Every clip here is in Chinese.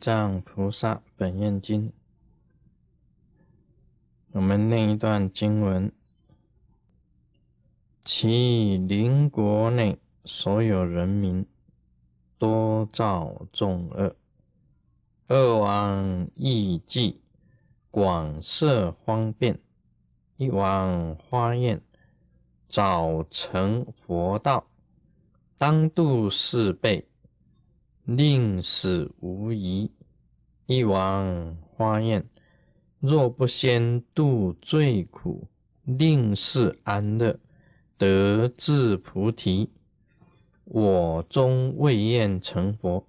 藏菩萨本愿经，我们念一段经文：其邻国内所有人民，多造众恶，恶王艺伎，广设方便，一王花宴，早成佛道，当度四辈，令死无疑。一王花宴，若不先度罪苦，令世安乐，得至菩提，我终未愿成佛。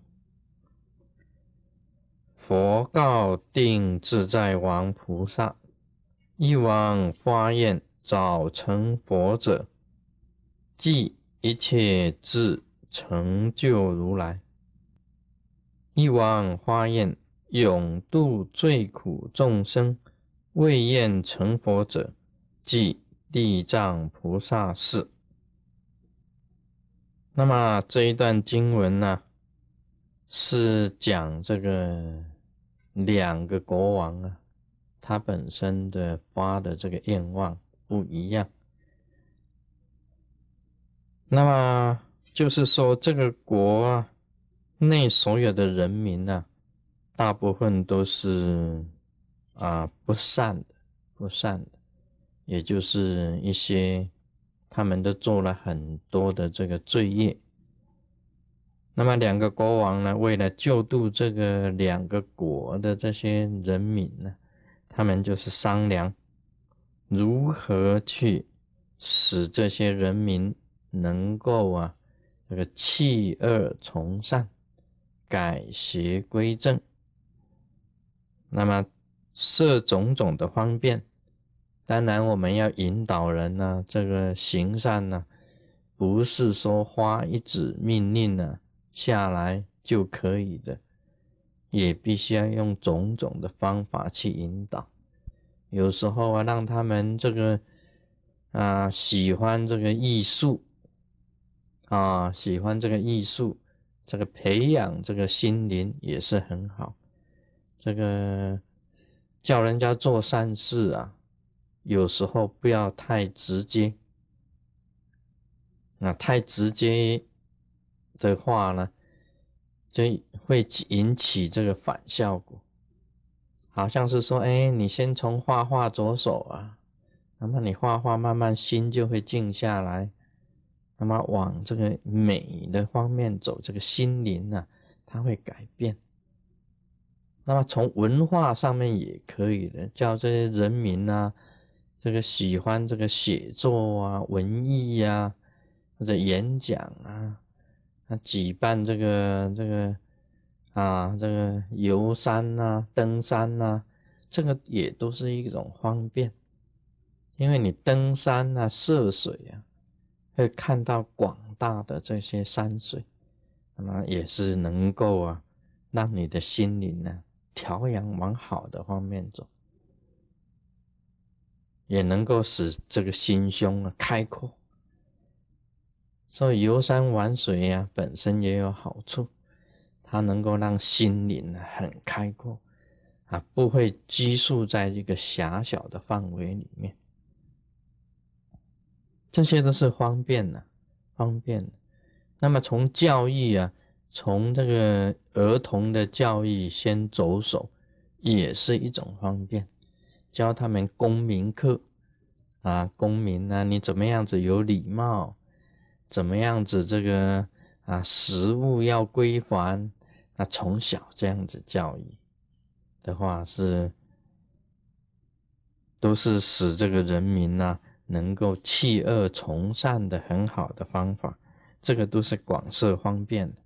佛告定自在王菩萨：一王花宴早成佛者，即一切智成就如来。一王花宴永度罪苦众生，未愿成佛者，即地藏菩萨是。那么这一段经文呢，是讲这个两个国王啊，他本身的发的这个愿望不一样。那么就是说，这个国啊内所有的人民啊，大部分都是不善的，也就是一些他们都做了很多的这个罪业。那么两个国王呢，为了救度这个两个国的这些人民呢，他们就是商量如何去使这些人民能够这个弃恶从善，改邪归正。那么设种种的方便，当然我们要引导人呢，这个行善呢，不是说发一纸命令呢下来就可以的，也必须要用种种的方法去引导。有时候让他们这个喜欢这个艺术喜欢这个艺术，这个培养这个心灵也是很好。这个叫人家做善事有时候不要太直接，太直接的话呢，就会引起这个反效果。好像是说，你先从画画着手那么你画画慢慢心就会静下来，那么往这个美的方面走，这个心灵它会改变。那么从文化上面也可以的，叫这些人民这个喜欢这个写作文艺或者演讲举办这个游山登山这个也都是一种方便。因为你登山涉水会看到广大的这些山水，那么也是能够让你的心灵调养往好的方面走，也能够使这个心胸开阔。所以游山玩水本身也有好处，它能够让心灵很开阔不会拘束在一个狭小的范围里面。这些都是方便的。那么从教育从这个儿童的教育先着手，也是一种方便。教他们公民课公民你怎么样子有礼貌，怎么样子这个食物要规范，从小这样子教育的话都是使这个人民能够弃恶从善的很好的方法，这个都是广设方便的。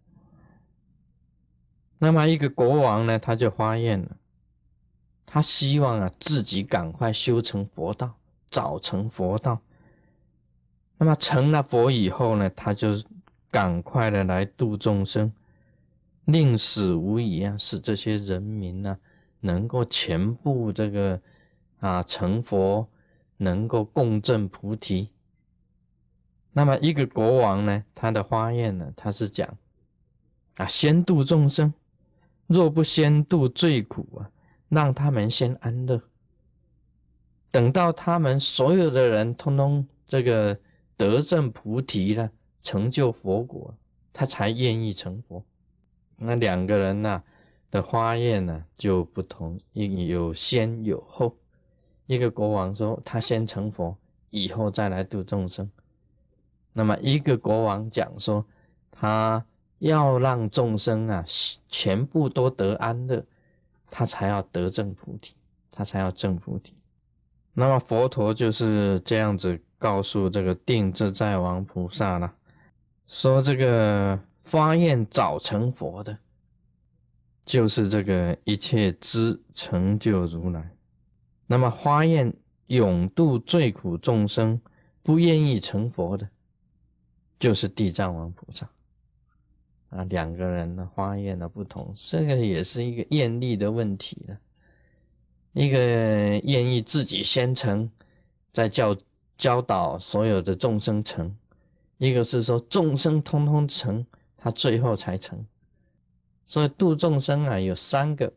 那么一个国王呢，他就发愿了，他希望自己赶快修成佛道，早成佛道。那么成了佛以后呢，他就赶快的来度众生，令死无疑使这些人民能够全部这个成佛，能够共证菩提。那么一个国王呢，他的发愿呢，他是讲先度众生， 若不先度最苦啊，让他们先安乐，等到他们所有的人通通这个得证菩提了，成就佛果，他才愿意成佛。那两个人的发愿就不同，有先有后。一个国王说他先成佛，以后再来度众生。那么一个国王讲说他要让众生全部都得安乐，他才要得证菩提，他才要证菩提。那么佛陀就是这样子告诉这个定自在王菩萨了，说这个发愿早成佛的，就是这个一切知成就如来。那么发愿永度最苦众生，不愿意成佛的，就是地藏王菩萨。两个人的发愿不同，这个也是一个愿力的问题了。一个愿意自己先成，再教导所有的众生成；一个是说众生通通成，他最后才成。所以度众生有三个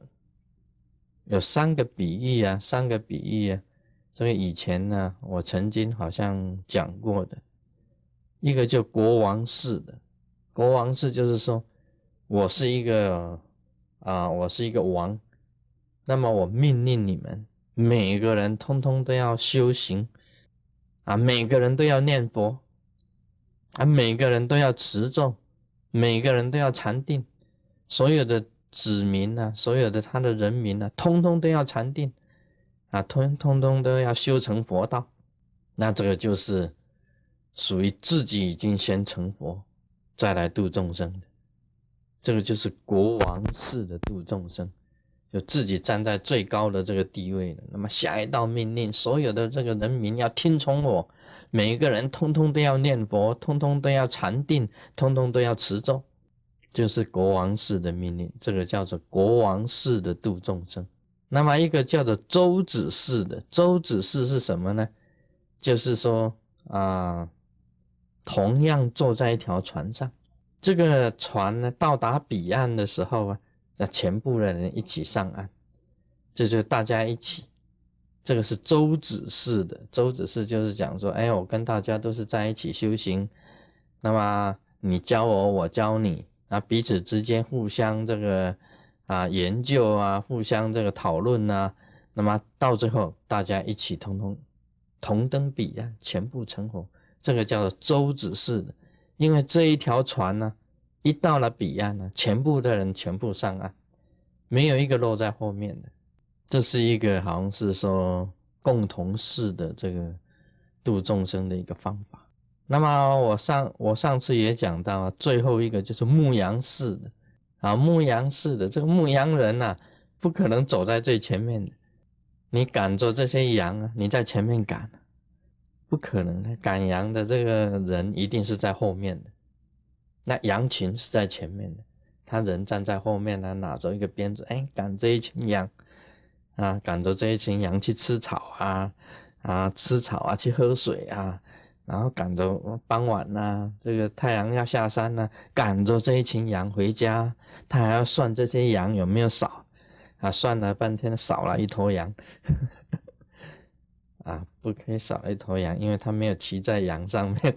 比喻三个比喻这个以前我曾经好像讲过的。一个就国王式的，国王式就是说我是一个王，那么我命令你们每个人通通都要修行每个人都要念佛每个人都要持咒，每个人都要禅定，所有的子民所有的他的人民通通都要禅定通通都要修成佛道。那这个就是属于自己已经先成佛再来度众生的，这个就是国王式的度众生，就自己站在最高的这个地位了。那么下一道命令，所有的这个人民要听从我，每一个人通通都要念佛，通通都要禅定，通通都要持咒，就是国王式的命令，这个叫做国王式的度众生。那么一个叫做舟子式的，舟子式是什么呢？就是说同样坐在一条船上，这个船呢到达彼岸的时候全部的人一起上岸，这就大家一起，这个是舟子式的。舟子式就是讲说我跟大家都是在一起修行，那么你教我，我教你彼此之间互相这个研究互相这个讨论那么到最后大家一起同登彼岸，全部成佛，这个叫做舟子式的。因为这一条船一到了彼岸全部的人全部上岸，没有一个落在后面的。这是一个好像是说共同式的这个度众生的一个方法。那么我上次也讲到最后一个就是牧羊式的牧羊式的，这个牧羊人不可能走在最前面的，你赶着这些羊你在前面赶不可能的，赶羊的这个人一定是在后面的，那羊群是在前面的，他人站在后面拿着一个鞭子赶这一群羊赶着这一群羊去吃草吃草去喝水然后赶着傍晚这个太阳要下山赶着这一群羊回家，他还要算这些羊有没有少算了半天少了一头羊不可以少了一头羊，因为他没有骑在羊上面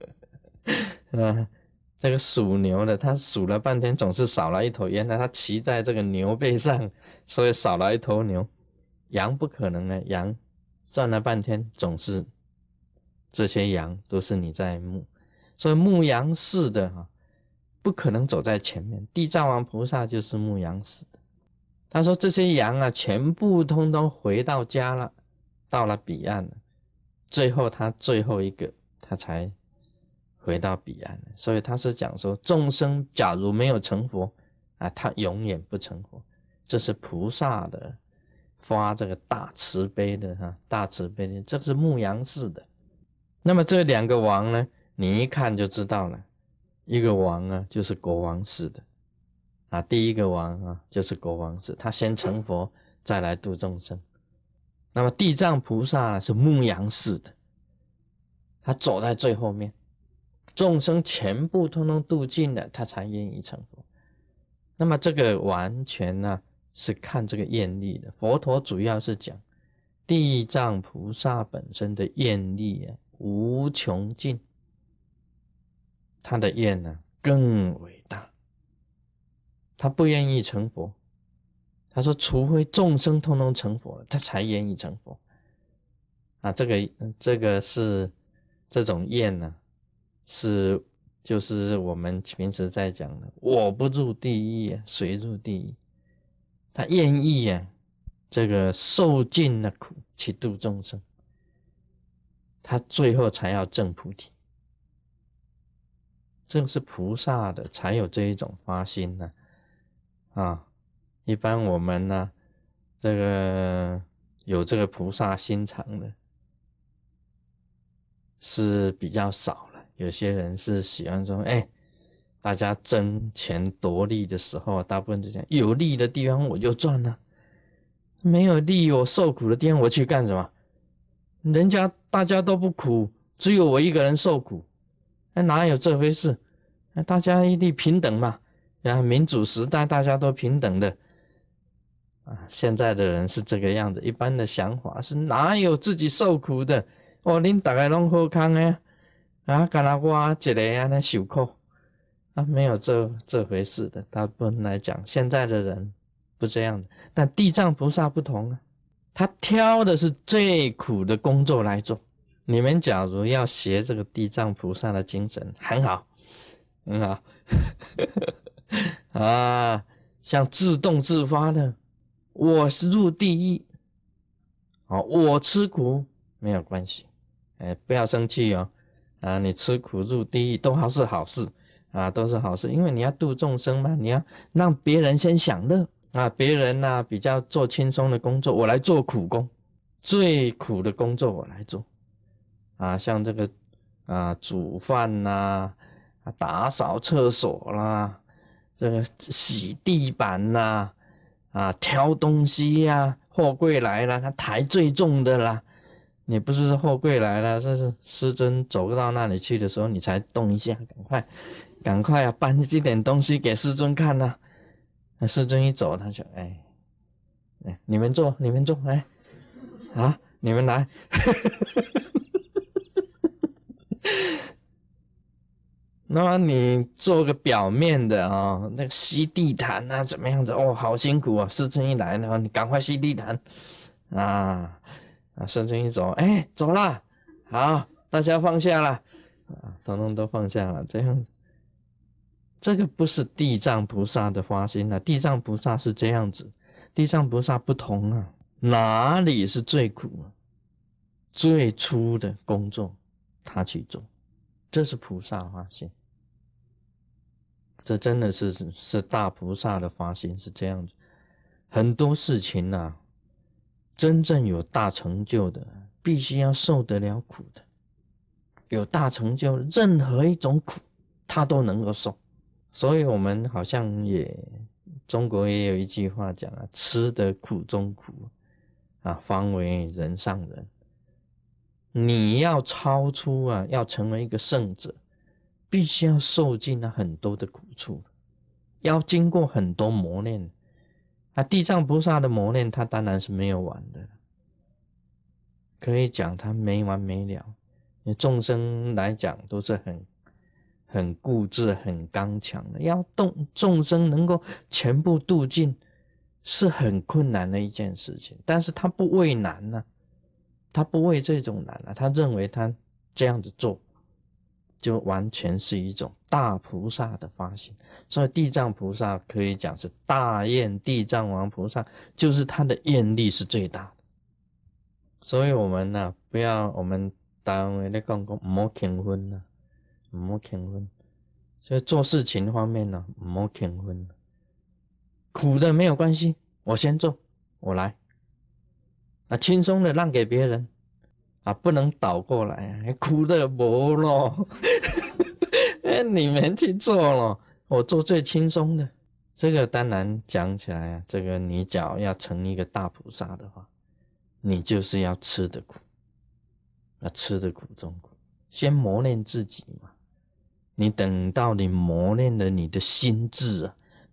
这个属牛的他数了半天总是少了一头，原来他骑在这个牛背上，所以少了一头牛。羊不可能羊算了半天总是这些羊都是你在牧，所以牧羊式的不可能走在前面。地藏王菩萨就是牧羊式的，他说这些羊全部通通回到家了，到了彼岸了，最后他最后一个他才回到彼岸了。所以他是讲说众生假如没有成佛他永远不成佛，这是菩萨的发这个大慈悲的大慈悲的，这是牧羊式的。那么这两个王呢，你一看就知道了，一个王就是国王式的第一个王就是国王式，他先成佛再来度众生。那么地藏菩萨是牧羊式的，他走在最后面，众生全部通通度尽了，他才愿意成佛。 那么这个完全呢是看这个愿力的。佛陀主要是讲地藏菩萨本身的愿力啊，无穷尽，他的愿呢更伟大。他不愿意成佛，他说除非众生通通成佛了，他才愿意成佛啊。这个是这种愿呢，是就是我们平时在讲的我不入地狱谁入地狱，他愿意这个受尽了苦去度众生，他最后才要证菩提。正是菩萨的才有这一种发心呢。一般我们呢，这个有这个菩萨心肠的是比较少了。有些人是喜欢说，大家争权夺利的时候，大部分就讲有利的地方我就赚了，没有利我受苦的地方我去干什么？人家大家都不苦，只有我一个人受苦，哪有这回事？大家一律平等嘛。民主时代大家都平等的现在的人是这个样子，一般的想法是哪有自己受苦的？恁大家都好康的干那我一个那受苦没有这回事的。大部分来讲，现在的人不这样的，但地藏菩萨不同他挑的是最苦的工作来做。你们假如要学这个地藏菩萨的精神，很好，很好像自动自发的，我是入地狱我吃苦没有关系，不要生气你吃苦入地狱都是好事都是好事，因为你要度众生嘛，你要让别人先享乐别人比较做轻松的工作，我来做苦工，最苦的工作我来做像这个煮饭打扫厕所啦，这个洗地板啦挑东西货柜来了他抬最重的啦，你不是货柜来了，这是师尊走到那里去的时候你才动一下，赶快搬这点东西给师尊看师尊一走他就你们坐你们来那么你做个表面的那个吸地毯怎么样子好辛苦师尊一来呢，你赶快吸地毯师尊一走走了，好，大家放下了统统都放下了，这样这个不是地藏菩萨的发心地藏菩萨是这样子，地藏菩萨不同哪里是最苦最粗的工作他去做，这是菩萨发心，这真的是大菩萨的发心是这样子。很多事情真正有大成就的必须要受得了苦的，有大成就任何一种苦他都能够受。所以我们好像中国也有一句话讲吃得苦中苦方为人上人。你要超出要成为一个圣者，必须要受尽很多的苦处，要经过很多磨练地藏菩萨的磨练他当然是没有完的，可以讲他没完没了。众生来讲都是很固执很刚强的，要众生能够全部度尽是很困难的一件事情，但是他不畏难他不畏这种难他认为他这样子做就完全是一种大菩萨的发心。所以地藏菩萨可以讲是大愿地藏王菩萨，就是他的愿力是最大的。所以我们不要，我们台湾在讲不要轻分不要轻分，所以做事情方面不要轻分，苦的没有关系，我先做，我来轻松的让给别人不能倒过来苦的没咯你们去做咯，我做最轻松的。这个当然讲起来这个你只要成一个大菩萨的话，你就是要吃的苦，吃的苦中苦，先磨练自己嘛。你等到你磨练了你的心智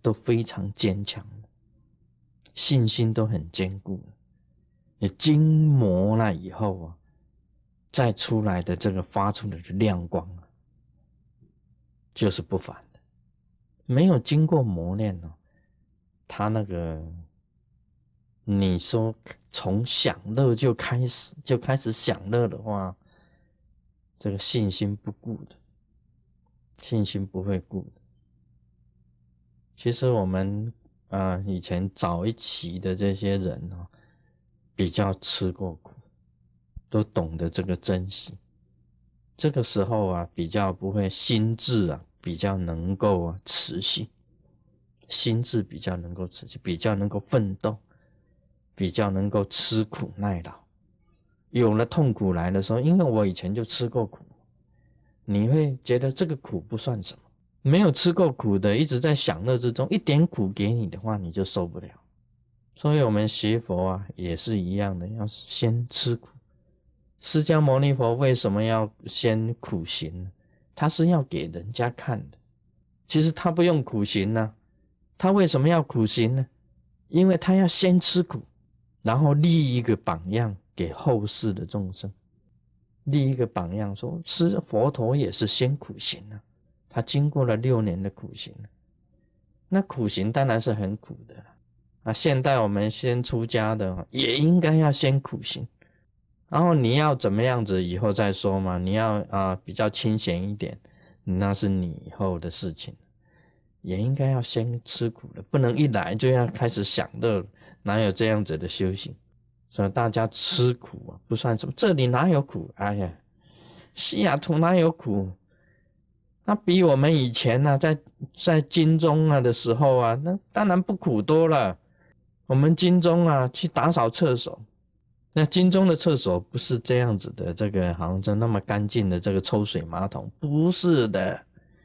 都非常坚强，信心都很坚固。你经磨了以后啊，再出来的这个发出来的亮光啊，就是不凡的。没有经过磨练哦，他那个你说从享乐就开始享乐的话，这个信心不固的，信心不会固的。其实我们以前早一期的这些人哦，比较吃过苦，都懂得这个珍惜。这个时候啊，比较不会心智啊，比较能够持续，心智比较能够持续，比较能够奋斗，比较能够吃苦耐劳。有了痛苦来的时候，因为我以前就吃过苦，你会觉得这个苦不算什么。没有吃过苦的，一直在享乐之中，一点苦给你的话，你就受不了。所以我们学佛啊，也是一样的，要先吃苦。释迦牟尼佛为什么要先苦行呢？他是要给人家看的。其实他不用苦行呢，他为什么要苦行呢？因为他要先吃苦，然后立一个榜样给后世的众生，立一个榜样说，是佛陀也是先苦行啊，他经过了6年的苦行，那苦行当然是很苦的了。现代我们先出家的也应该要先苦行，然后你要怎么样子以后再说嘛，你要比较清闲一点，那是你以后的事情，也应该要先吃苦的，不能一来就要开始享乐，哪有这样子的修行？所以大家吃苦啊，不算什么，这里哪有苦？哎呀，西雅图哪有苦？那比我们以前啊，在金钟的时候啊，那当然不苦多了。我们金钟啊去打扫厕所，那金钟的厕所不是这样子的，这个好像就那么干净的这个抽水马桶，不是的，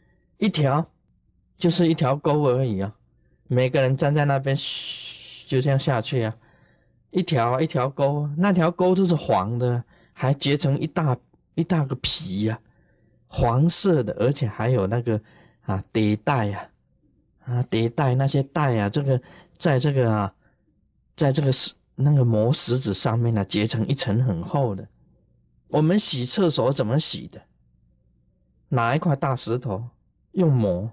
就是一条沟而已啊，每个人站在那边就这样下去啊，一条沟，那条沟都是黄的，还结成一大个皮啊，黄色的，而且还有那个叠带叠带那些带啊，这个在这个那个磨石子上面结成一层很厚的。我们洗厕所怎么洗的？拿一块大石头用磨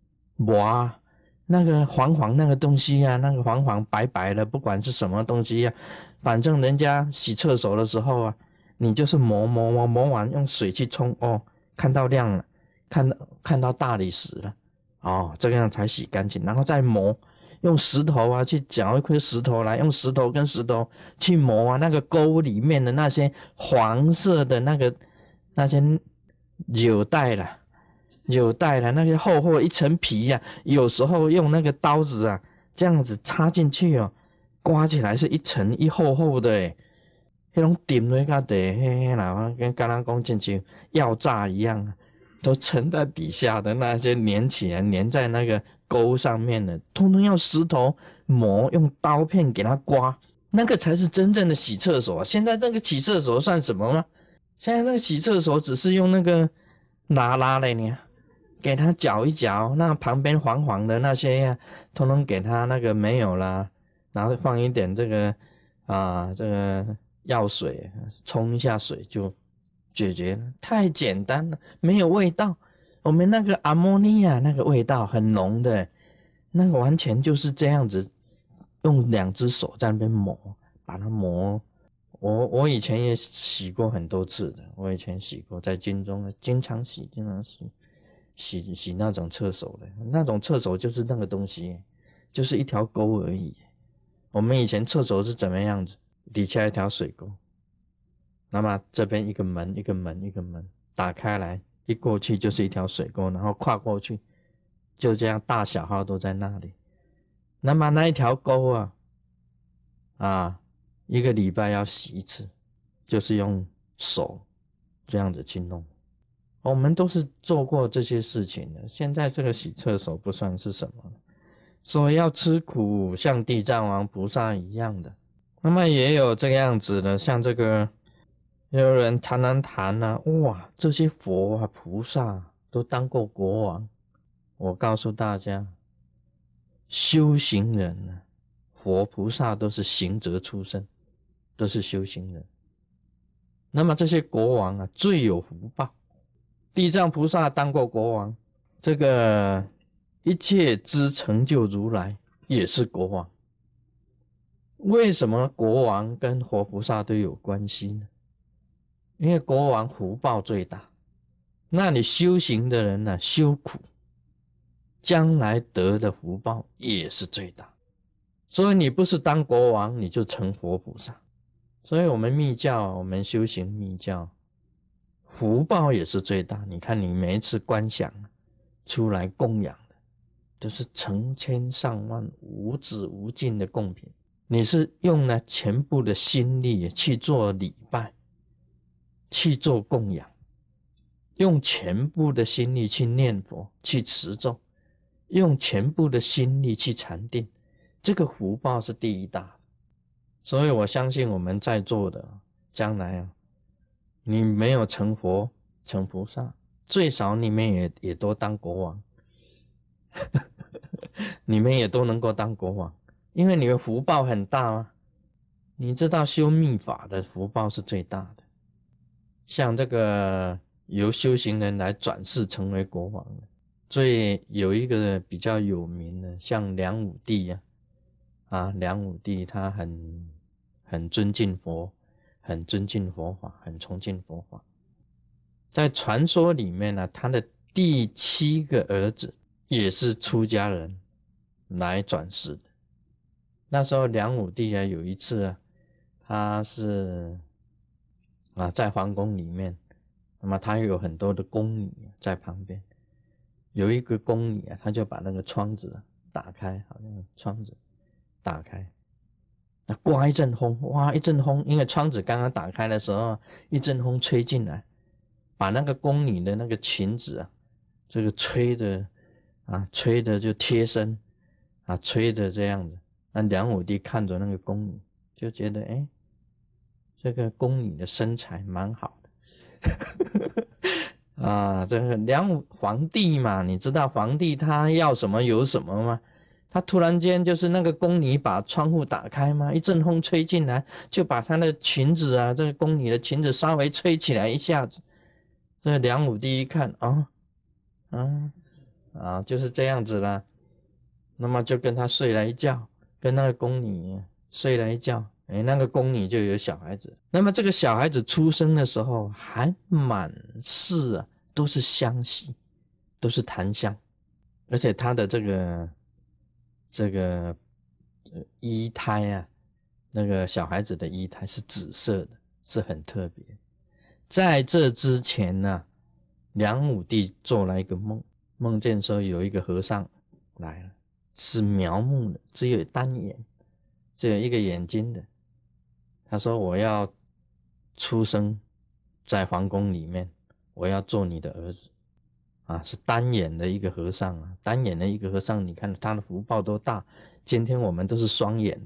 那个黄那个东西啊，那个黄白白的，不管是什么东西啊，反正人家洗厕所的时候啊，你就是磨完用水去冲，看到亮了，看到大理石了，这样才洗干净，然后再磨，用石头去搅一块石头来，用石头跟石头去磨那个沟里面的那些黄色的那些有带了那个厚厚的一层皮有时候用那个刀子这样子插进去刮起来是一层一厚厚的那种顶在到底啦，跟刚刚讲进去药渣一样都沉在底下的那些粘起来，粘在那个沟上面的，通通要石头磨，用刀片给它刮，那个才是真正的洗厕所。现在这个洗厕所算什么吗？现在这个洗厕所只是用那个拉的呢，给它搅一搅，那旁边黄的那些通通给它那个没有啦，然后放一点这个药水，冲一下水就解决了，太简单了，没有味道。我们那个阿莫尼亚那个味道很浓的，那个完全就是这样子，用2只手在那边磨，把它磨。我以前也洗过很多次的，我以前洗过，在金钟经常洗那种厕所的，那种厕所就是那个东西，就是一条沟而已。我们以前厕所是怎么样子？底下一条水沟，那么这边一个门一个门一个门打开来，一过去就是一条水沟，然后跨过去，就这样大小号都在那里。那么那一条沟1个礼拜要洗一次，就是用手这样子去弄。我们都是做过这些事情的，现在这个洗厕所不算是什么了，所以要吃苦，像地藏王菩萨一样的。那么也有这个样子的，像这个有人谈哇，这些佛菩萨都当过国王。我告诉大家， 修行人呢，佛菩萨都是行者出身，都是修行人。那么这些国王啊，最有福报。地藏菩萨当过国王，这个一切之成就如来也是国王。为什么国王跟活菩萨都有关系呢？因为国王福报最大，那你修行的人呢，修苦，将来得的福报也是最大。所以你不是当国王，你就成活菩萨。所以我们密教，我们修行密教，福报也是最大。你看你每一次观想出来供养的，都是成千上万无止无尽的供品。你是用了全部的心力去做礼拜，去做供养，用全部的心力去念佛，去持咒，用全部的心力去禅定，这个福报是第一大的。所以我相信我们在座的将来啊，你没有成佛成菩萨，最少你们也都当国王你们也都能够当国王，因为你们福报很大啊。你知道修密法的福报是最大的，像这个由修行人来转世成为国王的，所以有一个比较有名的，像梁武帝梁武帝他很尊敬佛，很尊敬佛法，很崇敬佛法。在传说里面呢，他的第7个儿子也是出家人来转世的。那时候梁武帝有一次他是在皇宫里面，那么他有很多的宫女在旁边，有一个宫女他就把那个窗子打开，好像窗子打开，那刮一阵风，哇，一阵风，因为窗子刚刚打开的时候，一阵风吹进来，把那个宫女的那个裙子这个吹的就贴身吹的这样子。那梁武帝看着那个宫女，就觉得这个宫女的身材蛮好的这个皇帝嘛，你知道皇帝他要什么有什么吗？他突然间就是那个宫女把窗户打开嘛，一阵风吹进来，就把她的裙子这个宫女的裙子稍微吹起来一下子。这梁武帝一看就是这样子啦，那么就跟他睡了一觉，跟那个宫女睡了一觉，那个宫女就有小孩子。那么这个小孩子出生的时候，还满室都是香气，都是檀香，而且他的这个衣胎那个小孩子的衣胎是紫色的，是很特别。在这之前梁武帝做了一个梦，梦见说有一个和尚来了，是苗木的，只有单眼，只有一个眼睛的。他说我要出生在皇宫里面，我要做你的儿子是单眼的一个和尚单眼的一个和尚，你看他的福报多大。今天我们都是双眼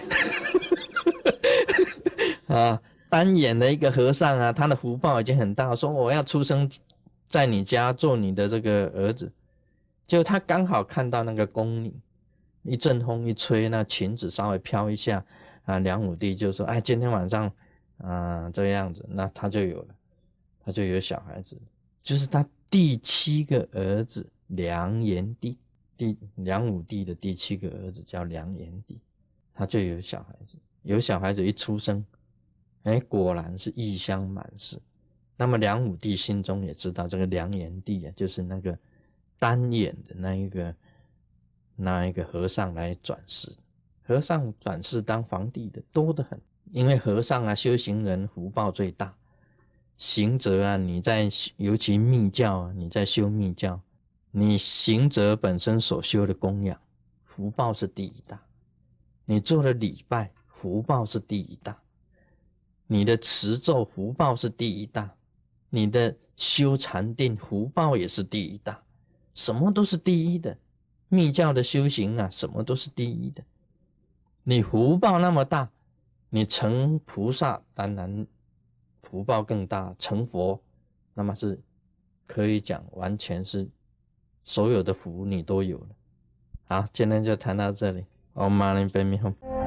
的单眼的一个和尚他的福报已经很大，说我要出生在你家做你的这个儿子。就他刚好看到那个宫女，一阵风一吹，那裙子稍微飘一下梁武帝就说今天晚上这个样子，那他就有小孩子，就是他第7个儿子梁炎帝，梁武帝的第7个儿子叫梁炎帝，他就有小孩子。有小孩子一出生果然是异香满室。那么梁武帝心中也知道这个梁炎帝就是那个单眼的那一个和尚来转世。和尚转世当皇帝的多得很，因为和尚修行人福报最大。行者你在尤其密教你在修密教，你行者本身所修的供养福报是第一大，你做的礼拜福报是第一大，你的持咒福报是第一大，你的修禅定福报也是第一大，什么都是第一的。密教的修行什么都是第一的。你福报那么大，你成菩萨当然福报更大，成佛那么是可以讲完全是所有的福你都有好，今天就谈到这里。Om Mani Padme Hum。